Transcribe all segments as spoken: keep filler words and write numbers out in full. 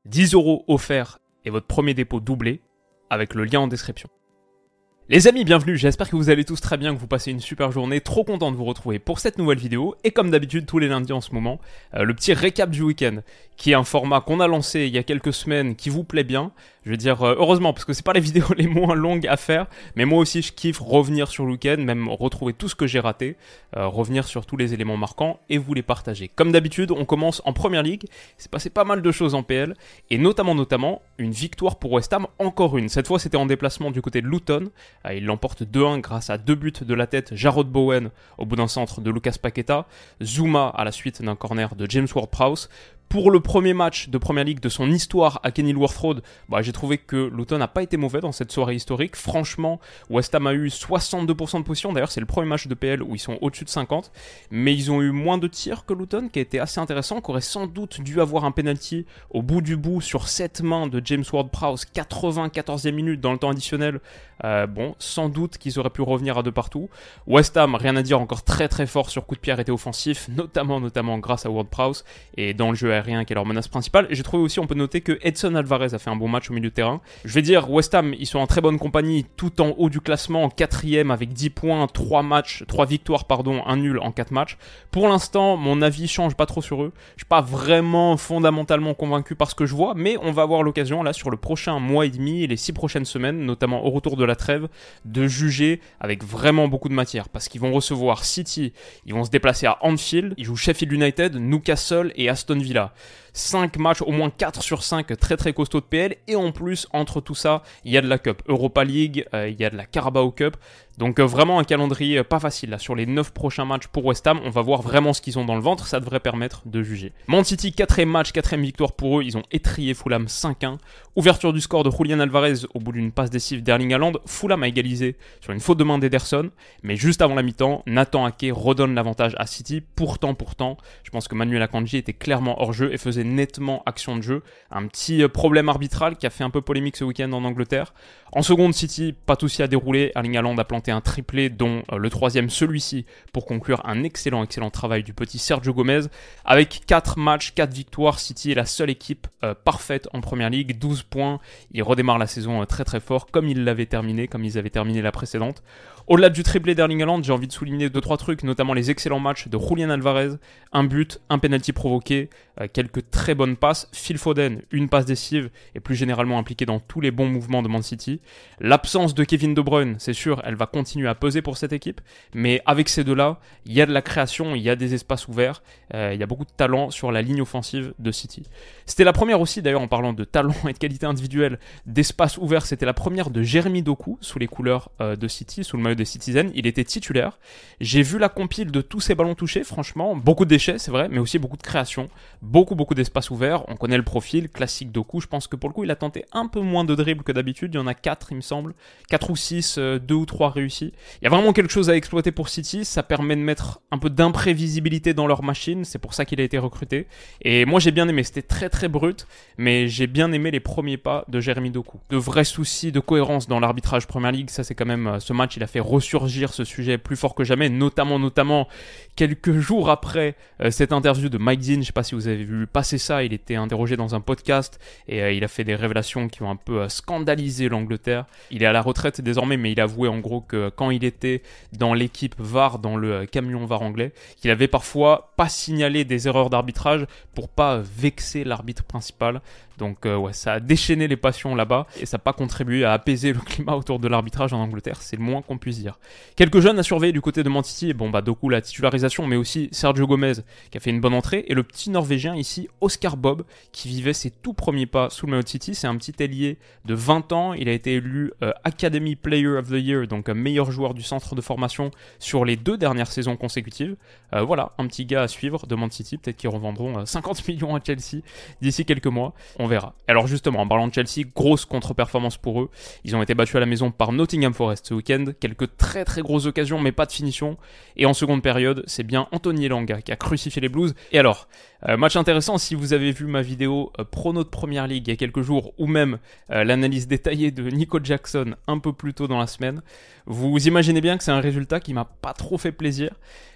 dix euros offerts et votre premier dépôt doublé avec le lien en description. Les amis, bienvenue, j'espère que vous allez tous très bien, que vous passez une super journée, trop content de vous retrouver pour cette nouvelle vidéo, et comme d'habitude tous les lundis en ce moment, euh, le petit récap du week-end, qui est un format qu'on a lancé il y a quelques semaines, qui vous plaît bien, je veux dire euh, heureusement, parce que c'est pas les vidéos les moins longues à faire, mais moi aussi je kiffe revenir sur le week-end, même retrouver tout ce que j'ai raté, euh, revenir sur tous les éléments marquants, et vous les partager. Comme d'habitude, on commence en Première Ligue, il s'est passé pas mal de choses en P L, et notamment notamment, une victoire pour West Ham, encore une, cette fois c'était en déplacement du côté de Luton, euh, il l'emporte deux un grâce à deux buts de la tête, Jarrod Bowen au bout d'un centre de Lucas Paqueta, Zouma à la suite d'un corner de James Ward-Prowse. Pour le premier match de Première Ligue de son histoire à Kenilworth Road, bah, j'ai trouvé que Luton n'a pas été mauvais dans cette soirée historique. Franchement, West Ham a eu soixante-deux pour cent de possession. D'ailleurs, c'est le premier match de P L où ils sont au-dessus de cinquante. Mais ils ont eu moins de tirs que Luton, qui a été assez intéressant, qui aurait sans doute dû avoir un penalty au bout du bout sur sept mains de James Ward-Prowse, quatre-vingt-quatorzième minute dans le temps additionnel. Euh, bon, sans doute qu'ils auraient pu revenir à deux partout. West Ham, rien à dire, encore très très fort sur coup de pied arrêté offensif, notamment notamment grâce à Ward-Prowse et dans le jeu aérien qui est leur menace principale. Et j'ai trouvé aussi, on peut noter que Edson Alvarez a fait un bon match au milieu de terrain. Je vais dire, West Ham, ils sont en très bonne compagnie, tout en haut du classement, en quatrième avec dix points, trois matchs, trois victoires, pardon, un nul en quatre matchs. Pour l'instant, mon avis change pas trop sur eux. Je suis pas vraiment fondamentalement convaincu par ce que je vois, mais on va avoir l'occasion là sur le prochain mois et demi et les six prochaines semaines, notamment au retour de la trêve, de juger avec vraiment beaucoup de matière, parce qu'ils vont recevoir City, ils vont se déplacer à Anfield, ils jouent Sheffield United, Newcastle et Aston Villa. cinq matchs, au moins quatre sur cinq très très costauds de P L, et en plus, entre tout ça, il y a de la Cup Europa League, euh, il y a de la Carabao Cup, donc euh, vraiment un calendrier euh, pas facile là. Sur les neuf prochains matchs pour West Ham, on va voir vraiment ce qu'ils ont dans le ventre, ça devrait permettre de juger. Man City, quatrième match, quatrième victoire pour eux, ils ont étrié Fulham cinq un, ouverture du score de Julian Alvarez au bout d'une passe décisive d'Erling Haaland. Fulham a égalisé sur une faute de main d'Ederson, mais juste avant la mi-temps, Nathan Ake redonne l'avantage à City. Pourtant, pourtant, je pense que Manuel Akanji était clairement hors jeu et faisait nettement action de jeu. Un petit problème arbitral qui a fait un peu polémique ce week-end en Angleterre. En seconde, City, pas de souci à dérouler. Erling Haaland a planté un triplé, dont euh, le troisième, celui-ci, pour conclure un excellent, excellent travail du petit Sergio Gomez. Avec quatre matchs, quatre victoires, City est la seule équipe euh, parfaite en Première Ligue. douze points. Il redémarre la saison euh, très très fort, comme ils l'avaient terminé, comme ils avaient terminé la précédente. Au-delà du triplé d'Erling Haaland, j'ai envie de souligner deux trois trucs, notamment les excellents matchs de Julian Alvarez, un but, un penalty provoqué, euh, quelques très bonnes passes. Phil Foden, une passe décisive, et plus généralement impliqué dans tous les bons mouvements de Man City. L'absence de Kevin De Bruyne, c'est sûr, elle va continuer à peser pour cette équipe, mais avec ces deux-là, il y a de la création, il y a des espaces ouverts, euh, il y a beaucoup de talent sur la ligne offensive de City. C'était la première aussi, d'ailleurs, en parlant de talent et de qualité individuelle, d'espace ouvert, c'était la première de Jeremy Doku, sous les couleurs euh, de City, sous le maillot des Citizens. Il était titulaire. J'ai vu la compile de tous ces ballons touchés, franchement, beaucoup de déchets, c'est vrai, mais aussi beaucoup de création, beaucoup, beaucoup d'espace ouvert. On connaît le profil, classique Doku. Je pense que pour le coup, il a tenté un peu moins de dribbles que d'habitude. Il y en a quatre, il me semble. quatre ou six, deux ou trois réussis. Il y a vraiment quelque chose à exploiter pour City. Ça permet de mettre un peu d'imprévisibilité dans leur machine. C'est pour ça qu'il a été recruté. Et moi, j'ai bien aimé. C'était très, très brut, mais j'ai bien aimé les premiers pas de Jeremy Doku. De vrais soucis de cohérence dans l'arbitrage Premier League. Ça, c'est quand même, ce match, il a fait ressurgir ce sujet plus fort que jamais, notamment, notamment, quelques jours après euh, cette interview de Mike Dean. Je sais pas si vous avez vu passer ça. Il était interrogé dans un podcast et euh, il a fait des révélations qui ont un peu euh, scandalisé l'Angleterre. Il est à la retraite désormais, mais il avouait en gros que quand il était dans l'équipe V A R, dans le euh, camion V A R anglais, qu'il avait parfois pas signalé des erreurs d'arbitrage pour pas euh, vexer l'arbitre principal. Donc euh, ouais, ça a déchaîné les passions là-bas et ça n'a pas contribué à apaiser le climat autour de l'arbitrage en Angleterre, c'est le moins qu'on puisse dire. Quelques jeunes à surveiller du côté de Man City, bon bah Doku la titularisation, mais aussi Sergio Gomez qui a fait une bonne entrée, et le petit Norvégien ici, Oscar Bob, qui vivait ses tout premiers pas sous le maillot de City. C'est un petit ailier de vingt ans, il a été élu euh, Academy Player of the Year, donc euh, meilleur joueur du centre de formation sur les deux dernières saisons consécutives. Euh, voilà, un petit gars à suivre de Man City, peut-être qu'ils revendront euh, cinquante millions à Chelsea d'ici quelques mois. On verra. Alors justement, en parlant de Chelsea, grosse contre-performance pour eux. Ils ont été battus à la maison par Nottingham Forest ce week-end. Quelques très très grosses occasions, mais pas de finition. Et en seconde période, c'est bien Anthony Elanga qui a crucifié les Blues. Et alors, euh, match intéressant, si vous avez vu ma vidéo euh, prono de Première Ligue il y a quelques jours, ou même euh, l'analyse détaillée de Nico Jackson un peu plus tôt dans la semaine, vous imaginez bien que c'est un résultat qui m'a pas trop fait plaisir.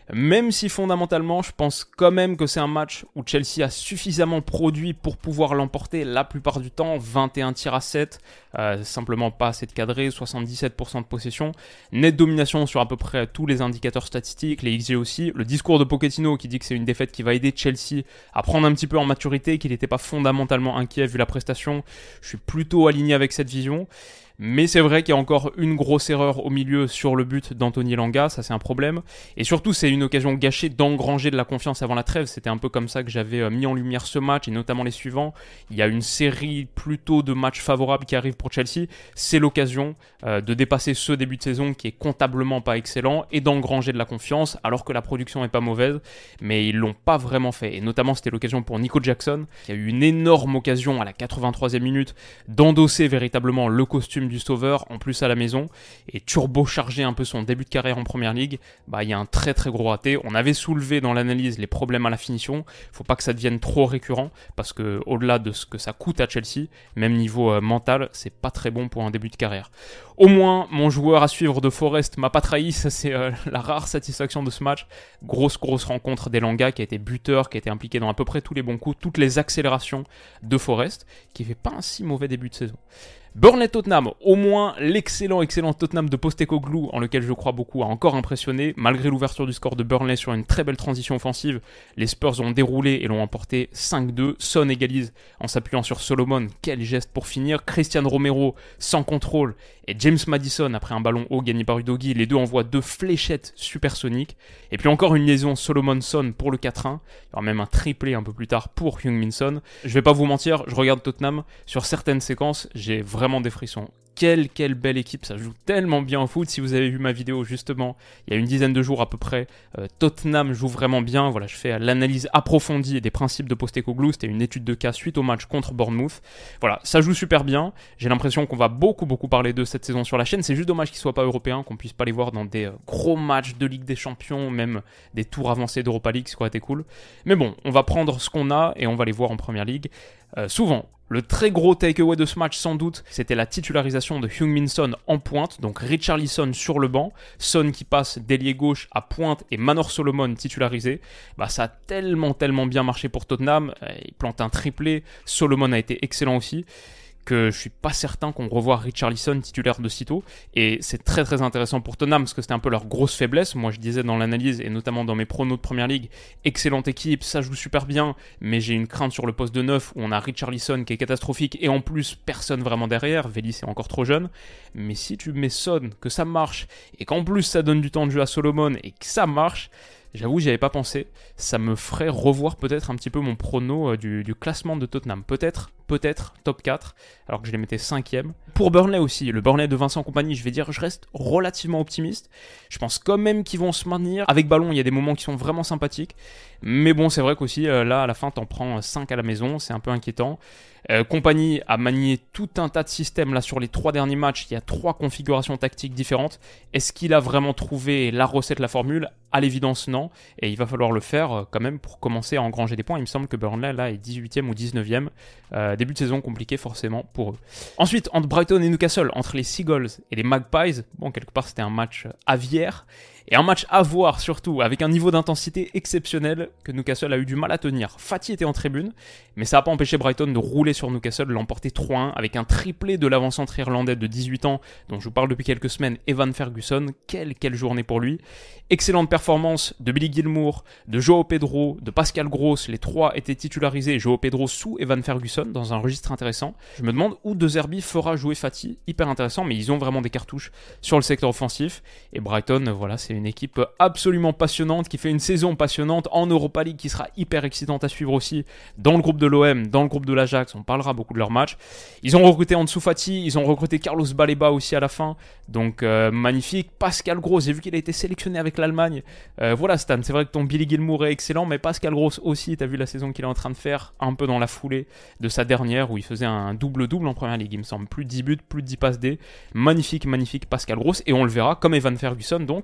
Même si fondamentalement, je pense quand même que c'est un match où Chelsea a suffisamment produit pour pouvoir l'emporter la plupart du temps. vingt et un tirs à sept, euh, simplement pas assez de cadré, soixante-dix-sept pour cent de possession. Nette domination sur à peu près tous les indicateurs statistiques, les X G aussi. Le discours de Pochettino qui dit que c'est une défaite qui va aider Chelsea à prendre un petit peu en maturité, qu'il n'était pas fondamentalement inquiet vu la prestation. Je suis plutôt aligné avec cette vision. Mais c'est vrai qu'il y a encore une grosse erreur au milieu sur le but d'Anthony Elanga, ça c'est un problème. Et surtout c'est une occasion gâchée d'engranger de la confiance avant la trêve, c'était un peu comme ça que j'avais mis en lumière ce match et notamment les suivants. Il y a une série plutôt de matchs favorables qui arrivent pour Chelsea, c'est l'occasion euh, de dépasser ce début de saison qui est comptablement pas excellent et d'engranger de la confiance alors que la production est pas mauvaise, mais ils l'ont pas vraiment fait. Et notamment c'était l'occasion pour Nico Jackson, qui a eu une énorme occasion à la quatre-vingt-troisième minute d'endosser véritablement le costume du sauveur, en plus à la maison, et turbo-charger un peu son début de carrière en première ligue, bah il y a un très très gros raté. On avait soulevé dans l'analyse les problèmes à la finition, faut pas que ça devienne trop récurrent, parce que au-delà de ce que ça coûte à Chelsea, même niveau euh, mental, c'est pas très bon pour un début de carrière. Au moins, mon joueur à suivre de Forest m'a pas trahi, ça c'est euh, la rare satisfaction de ce match. Grosse grosse rencontre d'Elanga qui a été buteur, qui a été impliqué dans à peu près tous les bons coups, toutes les accélérations de Forest, qui fait pas un si mauvais début de saison. Burnley-Tottenham, au moins l'excellent, excellent Tottenham de Postecoglou, en lequel je crois beaucoup, a encore impressionné. Malgré l'ouverture du score de Burnley sur une très belle transition offensive, les Spurs ont déroulé et l'ont emporté cinq deux. Son égalise en s'appuyant sur Solomon, quel geste pour finir. Christian Romero sans contrôle et James Maddison après un ballon haut gagné par Udogie, les deux envoient deux fléchettes supersoniques. Et puis encore une liaison Solomon-Son pour le quatre un. Il y aura même un triplé un peu plus tard pour Heung-min Son. Je vais pas vous mentir, je regarde Tottenham, sur certaines séquences, j'ai vraiment des frissons. Quelle, quelle belle équipe, ça joue tellement bien au foot. Si vous avez vu ma vidéo justement, il y a une dizaine de jours à peu près, euh, Tottenham joue vraiment bien. Voilà, je fais l'analyse approfondie des principes de Postecoglou. C'était une étude de cas suite au match contre Bournemouth. Voilà, ça joue super bien. J'ai l'impression qu'on va beaucoup beaucoup parler d'eux cette saison sur la chaîne. C'est juste dommage qu'ils soient pas européens, qu'on puisse pas les voir dans des euh, gros matchs de Ligue des Champions, même des tours avancés d'Europa League, ce qui aurait été cool. Mais bon, on va prendre ce qu'on a et on va les voir en Première Ligue. Euh, souvent. Le très gros takeaway de ce match, sans doute, c'était la titularisation de Heung-min Son en pointe, donc Richarlison sur le banc, Son qui passe d'ailier gauche à pointe et Manor Solomon titularisé. Bah, ça a tellement, tellement bien marché pour Tottenham. Il plante un triplé, Solomon a été excellent aussi, que je suis pas certain qu'on revoie Richarlison titulaire de sitôt. Et c'est très très intéressant pour Tottenham parce que c'était un peu leur grosse faiblesse. Moi je disais dans l'analyse et notamment dans mes pronos de Première Ligue, excellente équipe, ça joue super bien, mais j'ai une crainte sur le poste de neuf où on a Richarlison qui est catastrophique et en plus personne vraiment derrière. Vélis est encore trop jeune. Mais si tu mets Son, que ça marche et qu'en plus ça donne du temps de jeu à Solomon et que ça marche, j'avoue, j'y avais pas pensé. Ça me ferait revoir peut-être un petit peu mon prono euh, du, du classement de Tottenham. Peut-être, peut-être top quatre, alors que je les mettais cinquième. Pour Burnley aussi, le Burnley de Vincent Kompany, je vais dire, je reste relativement optimiste. Je pense quand même qu'ils vont se maintenir. Avec ballon, il y a des moments qui sont vraiment sympathiques. Mais bon, c'est vrai qu'aussi, euh, là, à la fin, t'en prends cinq à la maison. C'est un peu inquiétant. Euh, Kompany a manié tout un tas de systèmes là sur les trois derniers matchs. Il y a trois configurations tactiques différentes. Est-ce qu'il a vraiment trouvé la recette, la formule? À l'évidence, non. Et il va falloir le faire euh, quand même pour commencer à engranger des points. Il me semble que Burnley là est dix-huitième ou dix-neuvième. Euh, début de saison compliqué forcément pour eux. Ensuite, entre Brighton et Newcastle, entre les Seagulls et les Magpies, bon, quelque part c'était un match aviaire. Et un match à voir surtout, avec un niveau d'intensité exceptionnel que Newcastle a eu du mal à tenir. Fati était en tribune, mais ça n'a pas empêché Brighton de rouler sur Newcastle, de l'emporter trois un, avec un triplé de l'avant-centre irlandais de dix-huit ans, dont je vous parle depuis quelques semaines, Evan Ferguson. Quelle, quelle journée pour lui. Excellente performance de Billy Gilmour, de Joao Pedro, de Pascal Gross. Les trois étaient titularisés, Joao Pedro sous Evan Ferguson, dans un registre intéressant. Je me demande où De Zerbi fera jouer Fati, hyper intéressant, mais ils ont vraiment des cartouches sur le secteur offensif. Et Brighton, voilà, c'est une équipe absolument passionnante, qui fait une saison passionnante en Europa League, qui sera hyper excitante à suivre aussi, dans le groupe de l'O M, dans le groupe de l'Ajax. On parlera beaucoup de leur match. Ils ont recruté Ansu Fati, ils ont recruté Carlos Baleba aussi à la fin, donc euh, magnifique. Pascal Gross, j'ai vu qu'il a été sélectionné avec l'Allemagne. Euh, voilà Stan, c'est vrai que ton Billy Gilmour est excellent, mais Pascal Gross aussi, t'as vu la saison qu'il est en train de faire, un peu dans la foulée de sa dernière, où il faisait un double-double en première ligue, il me semble, plus de dix buts, plus de dix passes D. Magnifique, magnifique Pascal Gross, et on le verra, comme Evan Ferguson donc, contre la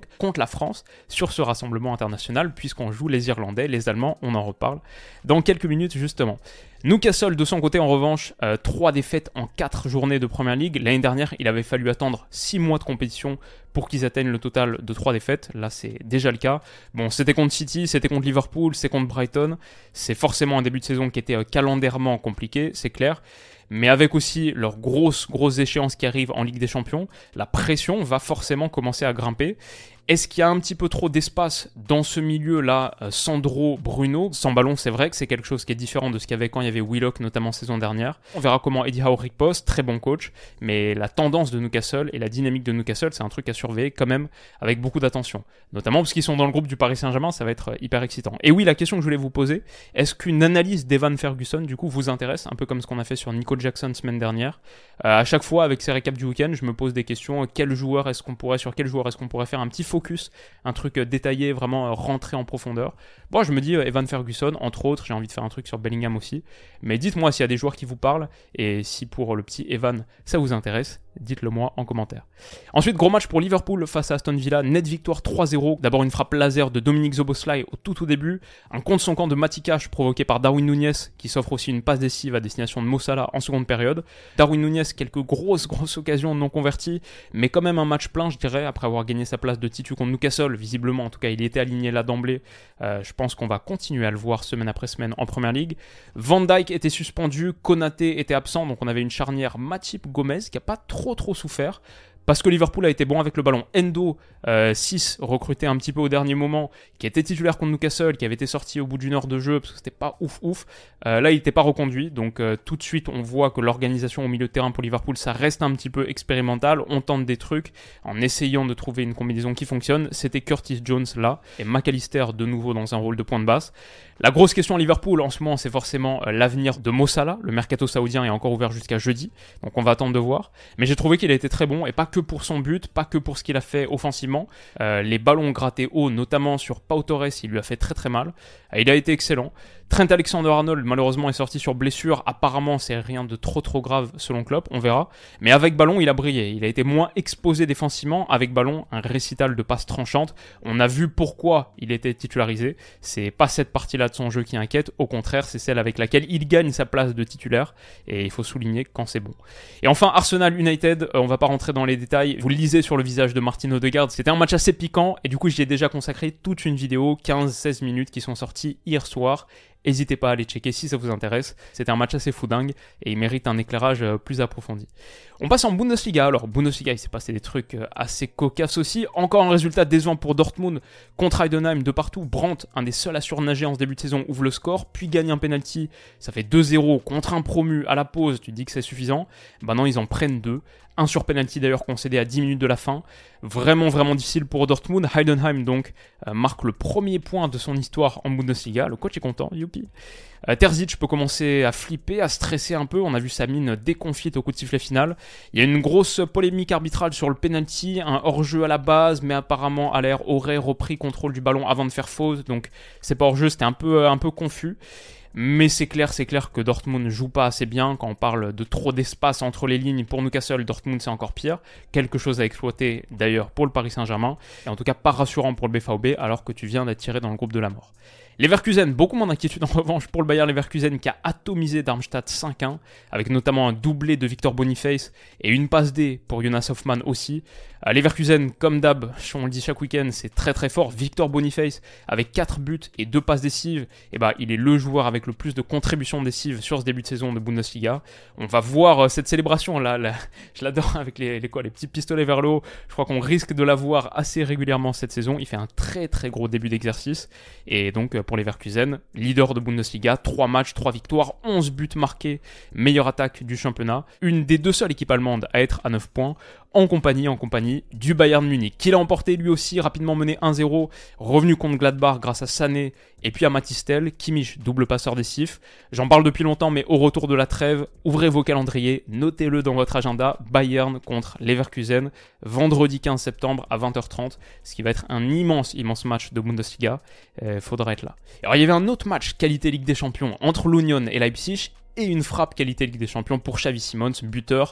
la France sur ce rassemblement international puisqu'on joue les Irlandais, les Allemands, on en reparle dans quelques minutes justement. Newcastle de son côté en revanche, euh, trois défaites en quatre journées de Premier League. L'année dernière, il avait fallu attendre six mois de compétition pour qu'ils atteignent le total de trois défaites. Là, c'est déjà le cas. Bon, c'était contre City, c'était contre Liverpool, c'est contre Brighton. C'est forcément un début de saison qui était euh, calendairement compliqué, c'est clair. Mais avec aussi leurs grosses, grosses échéances qui arrivent en Ligue des Champions, la pression va forcément commencer à grimper. Est-ce qu'il y a un petit peu trop d'espace dans ce milieu-là, euh, Sandro, Bruno? Sans ballon, c'est vrai que c'est quelque chose qui est différent de ce qu'il y avait quand il y avait Willock, notamment saison dernière. On verra comment Eddie Howe riposte, très bon coach, mais la tendance de Newcastle et la dynamique de Newcastle, c'est un truc à surveiller quand même avec beaucoup d'attention. Notamment parce qu'ils sont dans le groupe du Paris Saint-Germain, ça va être hyper excitant. Et oui, la question que je voulais vous poser, est-ce qu'une analyse d'Evan Ferguson, du coup, vous intéresse? Un peu comme ce qu'on a fait sur Nico Jackson semaine dernière. Euh, à chaque fois, avec ces récaps du week-end, je me pose des questions. Quel joueur est-ce qu'on pourrait, sur quel joueur est-ce qu'on pourrait faire un petit focus, un truc détaillé, vraiment rentré en profondeur. Bon, je me dis Evan Ferguson, entre autres, j'ai envie de faire un truc sur Bellingham aussi. Mais dites-moi s'il y a des joueurs qui vous parlent et si pour le petit Evan, ça vous intéresse. Dites-le moi en commentaire. Ensuite, gros match pour Liverpool face à Aston Villa, net victoire trois zéro. D'abord une frappe laser de Dominique Szoboszlai au tout tout début, un contre son camp de Matty Cash provoqué par Darwin Núñez qui s'offre aussi une passe décisive à destination de Mo Salah en seconde période. Darwin Núñez, quelques grosses grosses occasions non converties, mais quand même un match plein je dirais, après avoir gagné sa place de titu contre Newcastle, visiblement en tout cas il était aligné là d'emblée. Euh, je pense qu'on va continuer à le voir semaine après semaine en Premier League. Van Dijk était suspendu, Konaté était absent, donc on avait une charnière Matip-Gomez qui a pas trop trop trop souffert parce que Liverpool a été bon avec le ballon. Endo, euh, six, recruté un petit peu au dernier moment, qui était titulaire contre Newcastle, qui avait été sorti au bout d'une heure de jeu, parce que c'était pas ouf ouf. Euh, là, il n'était pas reconduit, donc euh, tout de suite, on voit que l'organisation au milieu de terrain pour Liverpool, ça reste un petit peu expérimental. On tente des trucs en essayant de trouver une combinaison qui fonctionne. C'était Curtis Jones là, et McAllister de nouveau dans un rôle de pointe basse. La grosse question à Liverpool en ce moment, c'est forcément euh, l'avenir de Mo Salah. Le mercato saoudien est encore ouvert jusqu'à jeudi, donc on va attendre de voir. Mais j'ai trouvé qu'il a été très bon, et pas que pour son but, pas que pour ce qu'il a fait offensivement. Euh, les ballons grattés haut, notamment sur Pau Torres, il lui a fait très très mal. Euh, il a été excellent. Trent Alexander-Arnold, malheureusement, est sorti sur blessure. Apparemment, c'est rien de trop trop grave selon Klopp, on verra. Mais avec ballon, il a brillé. Il a été moins exposé défensivement. Avec ballon, un récital de passes tranchantes. On a vu pourquoi il était titularisé. C'est pas cette partie-là de son jeu qui inquiète. Au contraire, c'est celle avec laquelle il gagne sa place de titulaire. Et il faut souligner quand c'est bon. Et enfin, Arsenal United, on va pas rentrer dans les détails. Vous le lisez sur le visage de Martin Odegaard. C'était un match assez piquant. Et du coup, j'y ai déjà consacré toute une vidéo, quinze seize minutes, qui sont sorties hier soir. N'hésitez pas à aller checker si ça vous intéresse. C'était un match assez foudingue et il mérite un éclairage plus approfondi. On passe en Bundesliga. Alors, Bundesliga, il s'est passé des trucs assez cocasses aussi. Encore un résultat décevant pour Dortmund contre Heidenheim de partout. Brandt, un des seuls à surnager en ce début de saison, ouvre le score, puis gagne un penalty. Ça fait deux zéro contre un promu à la pause. Tu te dis que c'est suffisant. Ben non, ils en prennent deux. Un sur penalty d'ailleurs concédé à dix minutes de la fin. Vraiment, vraiment difficile pour Dortmund. Heidenheim donc euh, marque le premier point de son histoire en Bundesliga. Le coach est content, youpi. Euh, Terzic peut commencer à flipper, à stresser un peu. On a vu sa mine déconfite au coup de sifflet final. Il y a une grosse polémique arbitrale sur le penalty, un hors-jeu à la base, mais apparemment Haller aurait repris contrôle du ballon avant de faire faute. Donc c'est pas hors-jeu, c'était un peu, un peu confus. Mais c'est clair, c'est clair que Dortmund ne joue pas assez bien. Quand on parle de trop d'espace entre les lignes pour Newcastle, Dortmund c'est encore pire. Quelque chose à exploiter d'ailleurs pour le Paris Saint-Germain. Et en tout cas pas rassurant pour le B V B alors que tu viens d'être tiré dans le groupe de la mort. Leverkusen, beaucoup moins d'inquiétude en revanche pour le Bayer Leverkusen qui a atomisé Darmstadt cinq un, avec notamment un doublé de Victor Boniface et une passe D pour Jonas Hoffmann aussi. Euh, Leverkusen, comme d'hab, on le dit chaque week-end, c'est très très fort. Victor Boniface, avec quatre buts et deux passes décisives, et bah, il est le joueur avec le plus de contributions décisives sur ce début de saison de Bundesliga. On va voir euh, cette célébration là, là je l'adore avec les, les, quoi, les petits pistolets vers le haut. Je crois qu'on risque de la voir assez régulièrement cette saison. Il fait un très très gros début d'exercice. Et donc, pour Leverkusen, leader de Bundesliga, trois matchs, trois victoires, onze buts marqués, meilleure attaque du championnat. Une des deux seules équipes allemandes à être à neuf points, en compagnie, en compagnie du Bayern Munich, qui l'a emporté lui aussi, rapidement mené un zéro, revenu contre Gladbach grâce à Sané et puis à Matistel, Kimmich, double passeur décisif. J'en parle depuis longtemps, mais au retour de la trêve, ouvrez vos calendriers, notez-le dans votre agenda, Bayern contre Leverkusen, vendredi quinze septembre à vingt heures trente, ce qui va être un immense, immense match de Bundesliga. Euh, faudra être là. Alors il y avait un autre match qualité Ligue des Champions entre l'Union et Leipzig, et une frappe qualité Ligue des Champions pour Xavi Simons, buteur.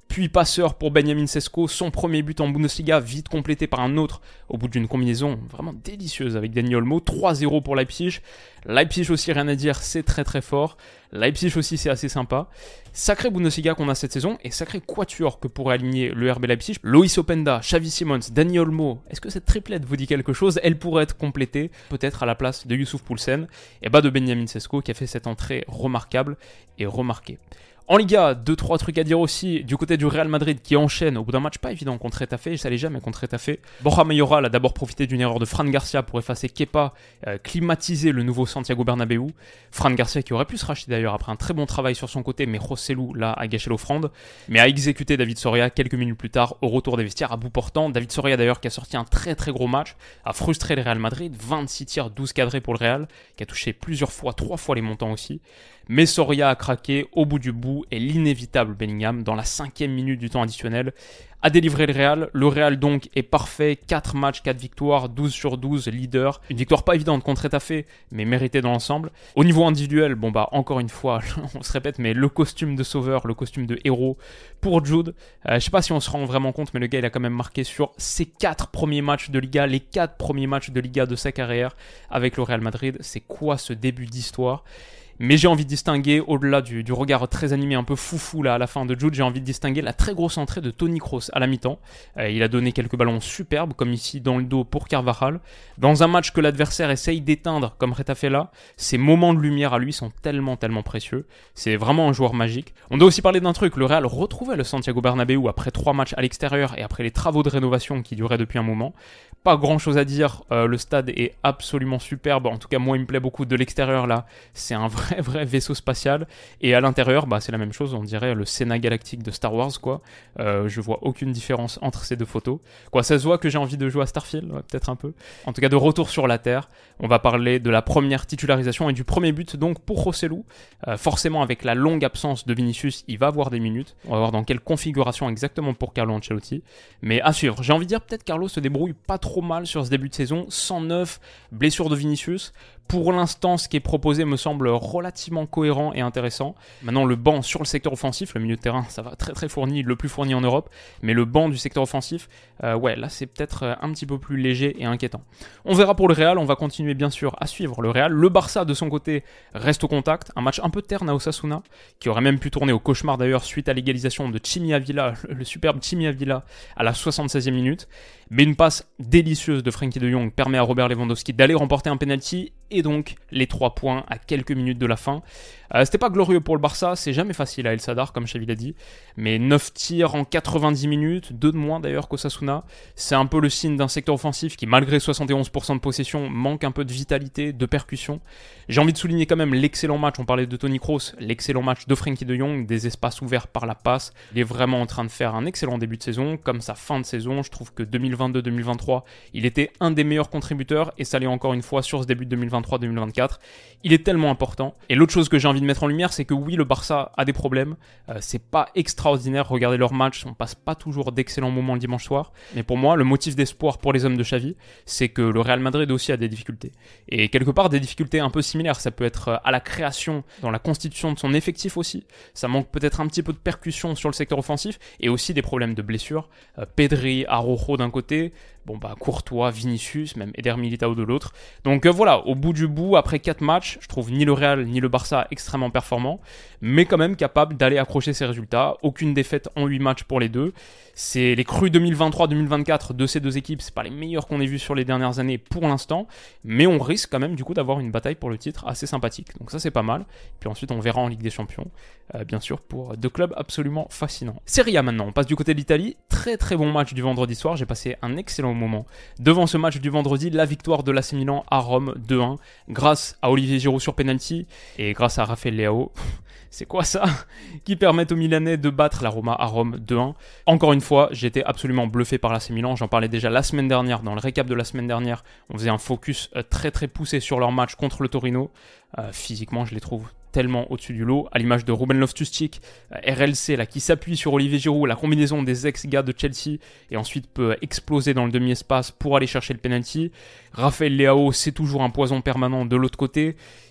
puis passeur pour Benjamin Sesko, son premier but en Bundesliga, vite complété par un autre au bout d'une combinaison vraiment délicieuse avec Dani Olmo, trois zéro pour Leipzig. Leipzig aussi, rien à dire, c'est très très fort. Leipzig aussi, c'est assez sympa. Sacré Bundesliga qu'on a cette saison, et sacré quatuor que pourrait aligner le R B Leipzig. Loïs Openda, Xavi Simons, Dani Olmo. Est-ce que cette triplette vous dit quelque chose? Elle pourrait être complétée, peut-être à la place de Youssouf Poulsen, et bah de Benjamin Sesko qui a fait cette entrée remarquable et remarquée. En Liga, deux trois trucs à dire aussi du côté du Real Madrid qui enchaîne au bout d'un match pas évident contre Getafe, ça l'est jamais contre Getafe. Borja Mayoral a d'abord profité d'une erreur de Fran Garcia pour effacer Kepa, euh, climatiser le nouveau Santiago Bernabéu. Fran Garcia qui aurait pu se racheter d'ailleurs après un très bon travail sur son côté, mais Joselu là a gâché l'offrande, mais a exécuté David Soria quelques minutes plus tard au retour des vestiaires à bout portant. David Soria d'ailleurs qui a sorti un très très gros match, a frustré le Real Madrid, vingt-six tirs, douze cadrés pour le Real, qui a touché plusieurs fois, trois fois les montants aussi. Mais Soria a craqué au bout du bout et l'inévitable Bellingham, dans la cinquième minute du temps additionnel, a délivré le Real. Le Real donc est parfait, quatre matchs, quatre victoires, douze sur douze, leader. Une victoire pas évidente contre Getafe, mais méritée dans l'ensemble. Au niveau individuel, bon bah encore une fois, on se répète, mais le costume de sauveur, le costume de héros pour Jude. Euh, je sais pas si on se rend vraiment compte, mais le gars il a quand même marqué sur ses quatre premiers matchs de Liga, les quatre premiers matchs de Liga de sa carrière avec le Real Madrid. C'est quoi ce début d'histoire ? Mais j'ai envie de distinguer, au-delà du, du regard très animé, un peu foufou là à la fin de Jude, j'ai envie de distinguer la très grosse entrée de Toni Kroos à la mi-temps. Euh, il a donné quelques ballons superbes, comme ici dans le dos pour Carvajal. Dans un match que l'adversaire essaye d'éteindre, comme Getafe là, ces moments de lumière à lui sont tellement, tellement précieux. C'est vraiment un joueur magique. On doit aussi parler d'un truc, le Real retrouvait le Santiago Bernabéu après trois matchs à l'extérieur et après les travaux de rénovation qui duraient depuis un moment. Pas grand chose à dire, euh, le stade est absolument superbe, en tout cas moi il me plaît beaucoup de l'extérieur là, c'est un vrai Vrai, vrai vaisseau spatial, et à l'intérieur bah, c'est la même chose, on dirait le Sénat galactique de Star Wars quoi. Euh, je vois aucune différence entre ces deux photos quoi. Ça se voit que j'ai envie de jouer à Starfield, ouais, peut-être un peu. En tout cas, de retour sur la Terre, on va parler de la première titularisation et du premier but donc pour Joselu. Euh, forcément avec la longue absence de Vinicius, il va avoir des minutes, on va voir dans quelle configuration exactement pour Carlo Ancelotti, mais à suivre. J'ai envie de dire peut-être Carlo se débrouille pas trop mal sur ce début de saison, cent neuf, blessure de Vinicius. Pour l'instant, ce qui est proposé me semble relativement cohérent et intéressant. Maintenant, le banc sur le secteur offensif, le milieu de terrain, ça va très très fourni, le plus fourni en Europe, mais le banc du secteur offensif, euh, ouais, là c'est peut-être un petit peu plus léger et inquiétant. On verra pour le Real, on va continuer bien sûr à suivre le Real. Le Barça, de son côté, reste au contact. Un match un peu terne à Osasuna, qui aurait même pu tourner au cauchemar d'ailleurs suite à l'égalisation de Chimi Avila, le superbe Chimi Avila, à la soixante-seizième minute. Mais une passe délicieuse de Frenkie de Jong permet à Robert Lewandowski d'aller remporter un penalty et donc les trois points à quelques minutes de la fin. Euh, c'était pas glorieux pour le Barça, c'est jamais facile à El Sadar comme Xavi l'a dit, mais neuf tirs en quatre-vingt-dix minutes, deux de moins d'ailleurs qu'Osasuna. C'est un peu le signe d'un secteur offensif qui, malgré soixante et onze pour cent de possession, manque un peu de vitalité, de percussion. J'ai envie de souligner quand même l'excellent match, on parlait de Toni Kroos, l'excellent match de Frenkie de Jong, des espaces ouverts par la passe. Il est vraiment en train de faire un excellent début de saison, comme sa fin de saison. Je trouve que deux mille vingt-deux deux mille vingt-trois, il était un des meilleurs contributeurs, et ça l'est encore une fois sur ce début de deux mille vingt-trois deux mille vingt-quatre. Il est tellement important. Et l'autre chose que j'ai envie de mettre en lumière, c'est que oui, le Barça a des problèmes, euh, c'est pas extraordinaire, regardez leurs matchs, on passe pas toujours d'excellents moments le dimanche soir, mais pour moi, le motif d'espoir pour les hommes de Xavi, c'est que le Real Madrid aussi a des difficultés. Et quelque part, des difficultés un peu similaires, ça peut être à la création, dans la constitution de son effectif aussi, ça manque peut-être un petit peu de percussion sur le secteur offensif, et aussi des problèmes de blessures, euh, Pedri, Araujo d'un côté, bon bah Courtois, Vinicius, même Eder Militao de l'autre. Donc euh, voilà, au bout du bout, après quatre matchs, je trouve ni le Real ni le Barça extrêmement performants, mais quand même capable d'aller accrocher ses résultats. Aucune défaite en huit matchs pour les deux. C'est les crus deux mille vingt-trois deux mille vingt-quatre de ces deux équipes, c'est pas les meilleurs qu'on ait vus sur les dernières années pour l'instant, mais on risque quand même du coup d'avoir une bataille pour le titre assez sympathique. Donc ça c'est pas mal. Puis ensuite on verra en Ligue des Champions, euh, bien sûr, pour deux clubs absolument fascinants. Serie A maintenant, on passe du côté de l'Italie. Très très bon match du vendredi soir, j'ai passé un excellent moment devant ce match du vendredi, la victoire de l'A C Milan à Rome deux un, grâce à Olivier Giroud sur penalty et grâce à Rafael Leao. C'est quoi ça? Qui permettent aux Milanais de battre la Roma à Rome deux un. Encore une fois, j'étais absolument bluffé par l'A C Milan. J'en parlais déjà la semaine dernière, dans le récap de la semaine dernière. On faisait un focus très très poussé sur leur match contre le Torino. Euh, physiquement, je les trouve tellement au-dessus du lot, à l'image de Ruben Loftus-Cheek, euh, R L C là, qui s'appuie sur Olivier Giroud, la combinaison des ex-gars de Chelsea, et ensuite peut exploser dans le demi-espace pour aller chercher le penalty. Rafael Leao, c'est toujours un poison permanent de l'autre côté.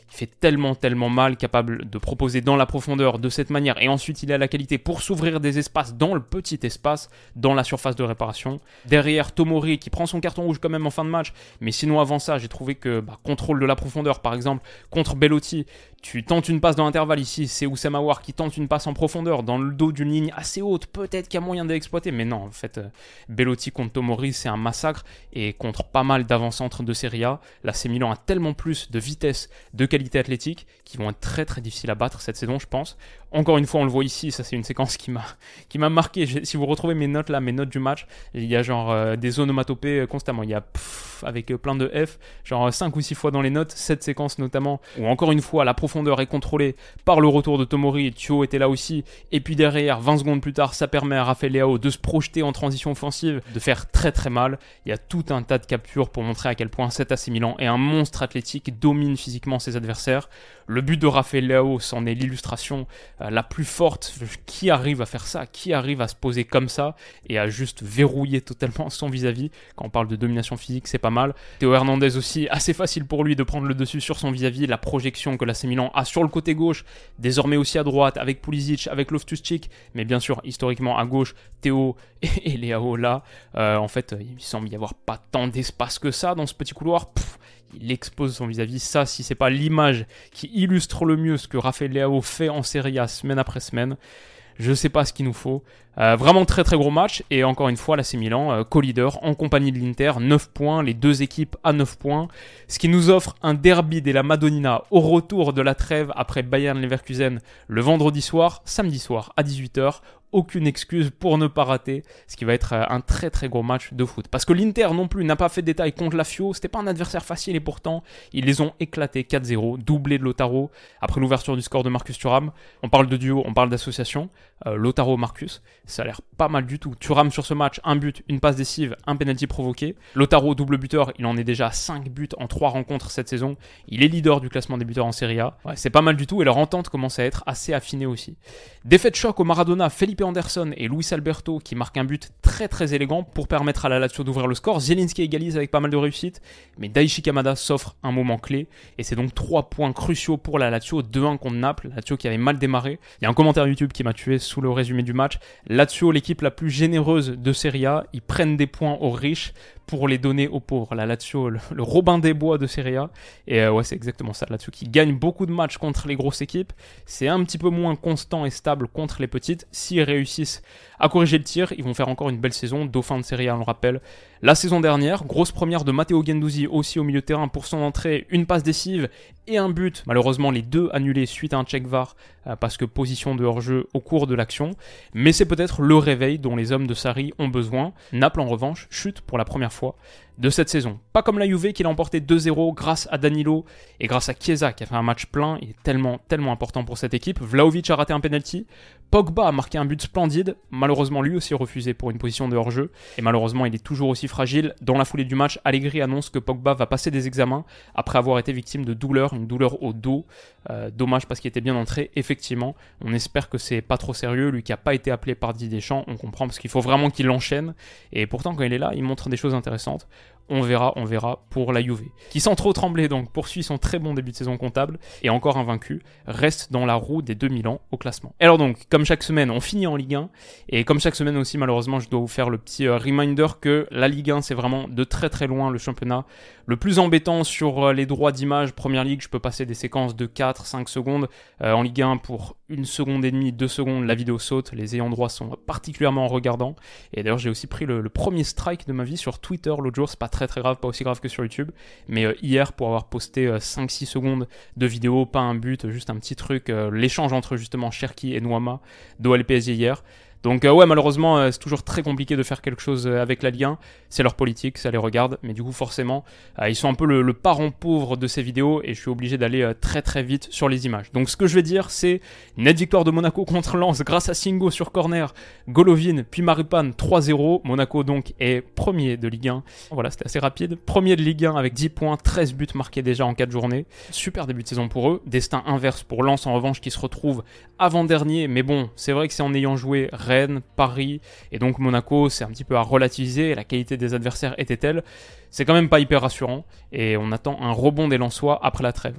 il fait tellement tellement mal, capable de proposer dans la profondeur de cette manière, et ensuite il a la qualité pour s'ouvrir des espaces dans le petit espace, dans la surface de réparation. Derrière, Tomori qui prend son carton rouge quand même en fin de match, mais sinon avant ça, j'ai trouvé que bah, contrôle de la profondeur, par exemple, contre Bellotti, tu tentes une passe dans l'intervalle, ici c'est Oussama Aouar qui tente une passe en profondeur, dans le dos d'une ligne assez haute, peut-être qu'il y a moyen d'exploiter, mais non, en fait, euh, Bellotti contre Tomori, c'est un massacre, et contre pas mal d'avant-centres de Serie A, l'A C Milan a tellement plus de vitesse, de qualité athlétique, qui vont être très très difficiles à battre cette saison, je pense. Encore une fois, on le voit ici, ça c'est une séquence qui m'a qui m'a marqué. J'ai, si vous retrouvez mes notes là, mes notes du match, il y a genre euh, des onomatopées euh, constamment. Il y a pff, avec euh, plein de F, genre cinq ou six fois dans les notes, cette séquence notamment, où encore une fois la profondeur est contrôlée par le retour de Tomori, Thio était là aussi, et puis derrière, vingt secondes plus tard, ça permet à Rafael Leao de se projeter en transition offensive, de faire très très mal. Il y a tout un tas de captures pour montrer à quel point cet A C Milan est un monstre athlétique, domine physiquement ses adversaires. Le but de Rafael Leao, c'en est l'illustration euh, la plus forte. Qui arrive à faire ça? Qui arrive à se poser comme ça et à juste verrouiller totalement son vis-à-vis? Quand on parle de domination physique, c'est pas mal. Théo Hernandez aussi, assez facile pour lui de prendre le dessus sur son vis-à-vis. La projection que l'A C Milan a sur le côté gauche, désormais aussi à droite, avec Pulisic, avec Loftus-Cheek, mais bien sûr, historiquement à gauche, Théo et, et Leao là. Euh, en fait, il semble y avoir pas tant d'espace que ça dans ce petit couloir. Pff, il expose son vis-à-vis. Ça, si c'est pas l'image qui illustre le mieux ce que Rafael Leao fait en Serie A semaine après semaine, je sais pas ce qu'il nous faut. Euh, vraiment très très gros match, et encore une fois l'A C Milan euh, co-leader en compagnie de l'Inter, neuf points, les deux équipes à neuf points, ce qui nous offre un derby de la Madonnina au retour de la trêve après Bayern Leverkusen le vendredi soir, samedi soir à dix-huit heures. Aucune excuse pour ne pas rater, ce qui va être un très très gros match de foot. Parce que l'Inter non plus n'a pas fait de détails contre la Fio, c'était pas un adversaire facile et pourtant ils les ont éclatés quatre zéro, doublé de Lautaro après l'ouverture du score de Marcus Thuram. On parle de duo, on parle d'association, euh, Lautaro-Marcus, ça a l'air pas mal du tout. Thuram sur ce match, un but, une passe décisive, un penalty provoqué. Lautaro double buteur, il en est déjà à cinq buts en trois rencontres cette saison. Il est leader du classement des buteurs en Serie A. Ouais, c'est pas mal du tout et leur entente commence à être assez affinée aussi. Défaite choc au Maradona, Felipe Anderson et Luis Alberto qui marquent un but très très élégant pour permettre à la Lazio d'ouvrir le score. Zielinski égalise avec pas mal de réussite, mais Daichi Kamada s'offre un moment clé et c'est donc trois points cruciaux pour la Lazio, deux un contre Naples, la Lazio qui avait mal démarré. Il y a un commentaire YouTube qui m'a tué sous le résumé du match. Lazio, l'équipe la plus généreuse de Serie A, ils prennent des points aux riches pour les donner aux pauvres. La Lazio, le, le Robin des Bois de Serie A. Et euh, ouais, c'est exactement ça. La Lazio qui gagne beaucoup de matchs contre les grosses équipes. C'est un petit peu moins constant et stable contre les petites. S'ils réussissent à corriger le tir, ils vont faire encore une belle saison. Dauphin de Serie A, on le rappelle. La saison dernière, grosse première de Matteo Guendouzi aussi au milieu de terrain pour son entrée. Une passe décisive et un but. Malheureusement, les deux annulés suite à un check V A R euh, parce que position de hors-jeu au cours de l'action. Mais c'est peut-être le réveil dont les hommes de Sarri ont besoin. Naples, en revanche, chute pour la première fois de cette saison. Pas comme la Juve qui l'a emporté deux zéro grâce à Danilo et grâce à Chiesa qui a fait un match plein. Il est tellement, tellement important pour cette équipe. Vlahovic a raté un penalty. Pogba a marqué un but splendide. Malheureusement, lui aussi refusé pour une position de hors-jeu. Et malheureusement, il est toujours aussi fragile. Dans la foulée du match, Allegri annonce que Pogba va passer des examens après avoir été victime de douleur, une douleur au dos. Euh, dommage parce qu'il était bien entré. Effectivement, on espère que c'est pas trop sérieux. Lui qui a pas été appelé par Didier Deschamps, on comprend parce qu'il faut vraiment qu'il enchaîne. Et pourtant, quand il est là, il montre des choses intéressantes. On verra, on verra pour la Juve, qui sans trop trembler donc poursuit son très bon début de saison comptable et encore invaincu, reste dans la roue des deux Milan au classement. Et alors donc, comme chaque semaine, on finit en Ligue un et comme chaque semaine aussi, malheureusement, je dois vous faire le petit euh, reminder que la Ligue un, c'est vraiment de très très loin le championnat le plus embêtant sur euh, les droits d'image. Première Ligue, je peux passer des séquences de quatre cinq secondes. Euh, en Ligue un, pour une seconde et demie, deux secondes, la vidéo saute. Les ayants droit sont particulièrement regardants. Et d'ailleurs, j'ai aussi pris le, le premier strike de ma vie sur Twitter l'autre jour. C'est pas très très grave, pas aussi grave que sur YouTube. Mais euh, hier, pour avoir posté euh, cinq six secondes de vidéo, pas un but, juste un petit truc, euh, l'échange entre justement Cherki et Nouama d'O L P S G hier. Donc euh, ouais, malheureusement, euh, c'est toujours très compliqué de faire quelque chose euh, avec la Ligue un. C'est leur politique, ça les regarde. Mais du coup, forcément, euh, ils sont un peu le, le parent pauvre de ces vidéos et je suis obligé d'aller euh, très très vite sur les images. Donc ce que je vais dire, c'est nette victoire de Monaco contre Lens grâce à Singo sur corner, Golovin, puis Maripane trois zéro. Monaco donc est premier de Ligue un. Voilà, c'était assez rapide. Premier de Ligue un avec dix points, treize buts marqués déjà en quatre journées. Super début de saison pour eux. Destin inverse pour Lens en revanche qui se retrouve avant-dernier. Mais bon, c'est vrai que c'est en ayant joué Rennes, Paris et donc Monaco, c'est un petit peu à relativiser. La qualité des adversaires était telle, c'est quand même pas hyper rassurant et on attend un rebond des Lensois après la trêve.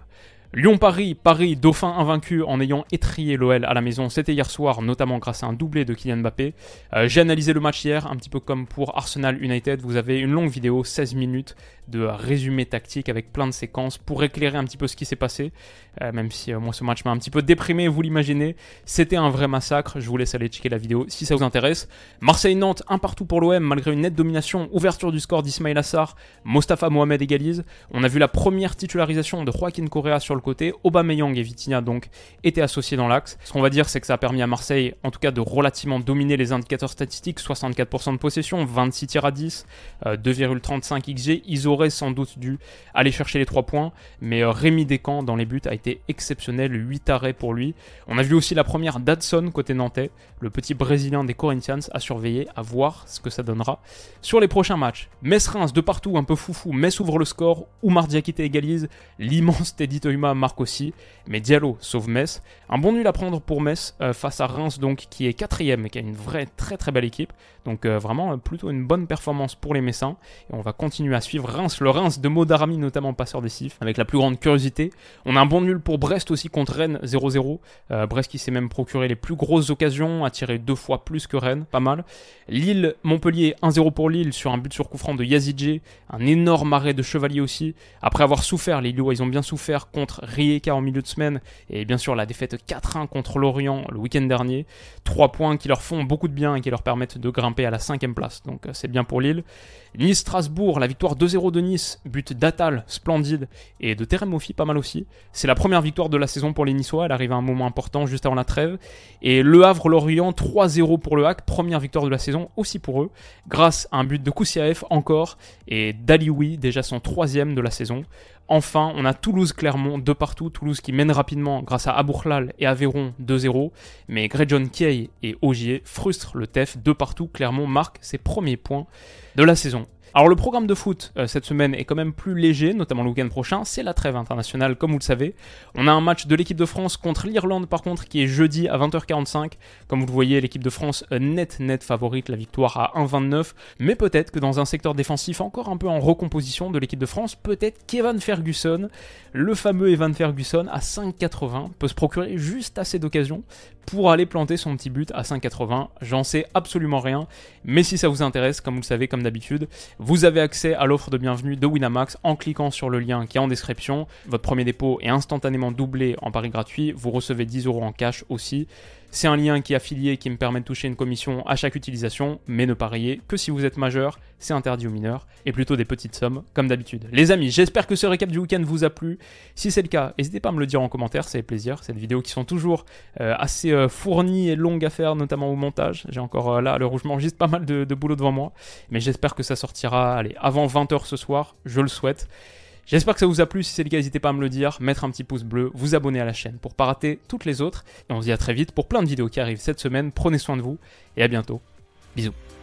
Lyon-Paris, Paris, dauphin invaincu en ayant étrillé l'O L à la maison, c'était hier soir, notamment grâce à un doublé de Kylian Mbappé. Euh, j'ai analysé le match hier, un petit peu comme pour Arsenal United, vous avez une longue vidéo, seize minutes de résumé tactique avec plein de séquences pour éclairer un petit peu ce qui s'est passé, euh, même si euh, moi ce match m'a un petit peu déprimé, vous l'imaginez, c'était un vrai massacre, je vous laisse aller checker la vidéo si ça vous intéresse. Marseille-Nantes, un partout pour l'O M, malgré une nette domination, ouverture du score d'Ismaïla Sarr, Mostafa Mohamed égalise, on a vu la première titularisation de Joaquin Correa sur le côté, Aubameyang et Vitinha donc étaient associés dans l'axe. Ce qu'on va dire, c'est que ça a permis à Marseille, en tout cas, de relativement dominer les indicateurs statistiques, soixante-quatre pour cent de possession, vingt-six tirs à dix, euh, deux virgule trente-cinq X G. Ils auraient sans doute dû aller chercher les trois points, mais euh, Rémi Descamps dans les buts a été exceptionnel, huit arrêts pour lui. On a vu aussi la première d'Hudson côté nantais, le petit Brésilien des Corinthians, à surveiller, à voir ce que ça donnera sur les prochains matchs. Metz-Reims de partout, un peu foufou, Metz ouvre le score, Oumar Diakité égalise, l'immense Teddy Toima marque aussi, mais Diallo sauve Metz. Un bon nul à prendre pour Metz euh, face à Reims donc qui est quatrième et qui a une vraie très très belle équipe. Donc euh, vraiment euh, plutôt une bonne performance pour les Messins. Et on va continuer à suivre Reims, le Reims de Modarami notamment passeur décisif avec la plus grande curiosité. On a un bon nul pour Brest aussi contre Rennes zéro zéro. Euh, Brest qui s'est même procuré les plus grosses occasions, a tiré deux fois plus que Rennes, pas mal. Lille, Montpellier un zéro pour Lille sur un but sur coup franc de Yazidje. Un énorme arrêt de Chevalier aussi. Après avoir souffert, les Lillois ils ont bien souffert contre Rijeka en milieu de semaine et bien sûr la défaite quatre un contre Lorient le week-end dernier. Trois points qui leur font beaucoup de bien et qui leur permettent de grimper à la cinquième place, donc c'est bien pour Lille. Nice-Strasbourg, la victoire deux zéro de Nice, but d'Attal, splendide, et de Terem Moffi, pas mal aussi. C'est la première victoire de la saison pour les Niçois, elle arrive à un moment important juste avant la trêve. Et Le Havre-Lorient, trois zéro pour le H A C, première victoire de la saison aussi pour eux, grâce à un but de Koussiaev encore, et d'Alioui, déjà son troisième de la saison. Enfin, on a Toulouse-Clermont de partout, Toulouse qui mène rapidement grâce à Aboukhlal et Aveyron deux zéro, mais Grejon Kiei et Ogier frustrent le T E F de partout, Clermont marque ses premiers points de la saison. Alors le programme de foot euh, cette semaine est quand même plus léger, notamment le week-end prochain, c'est la trêve internationale comme vous le savez. On a un match de l'équipe de France contre l'Irlande par contre qui est jeudi à vingt heures quarante-cinq. Comme vous le voyez, l'équipe de France euh, net net favorite, la victoire à un virgule vingt-neuf. Mais peut-être que dans un secteur défensif encore un peu en recomposition de l'équipe de France, peut-être qu'Evan Ferguson, le fameux Evan Ferguson à cinq virgule quatre-vingts, peut se procurer juste assez d'occasions pour aller planter son petit but à cinq virgule quatre-vingts. J'en sais absolument rien, mais si ça vous intéresse, comme vous le savez, comme d'habitude, vous avez accès à l'offre de bienvenue de Winamax en cliquant sur le lien qui est en description. Votre premier dépôt est instantanément doublé en pari gratuit, vous recevez dix euros en cash aussi. C'est un lien qui est affilié qui me permet de toucher une commission à chaque utilisation, mais ne pariez que si vous êtes majeur, c'est interdit aux mineurs, et plutôt des petites sommes comme d'habitude. Les amis, j'espère que ce récap du week-end vous a plu. Si c'est le cas, n'hésitez pas à me le dire en commentaire, c'est plaisir. Cette vidéo qui sont toujours euh, assez euh, fournies et longues à faire, notamment au montage. J'ai encore euh, là, à l'heure où je m'enregistre, pas mal de, de boulot devant moi, mais j'espère que ça sortira allez, avant vingt heures ce soir, je le souhaite. J'espère que ça vous a plu, si c'est le cas, n'hésitez pas à me le dire, mettre un petit pouce bleu, vous abonner à la chaîne pour pas rater toutes les autres. Et on se dit à très vite pour plein de vidéos qui arrivent cette semaine, prenez soin de vous et à bientôt. Bisous.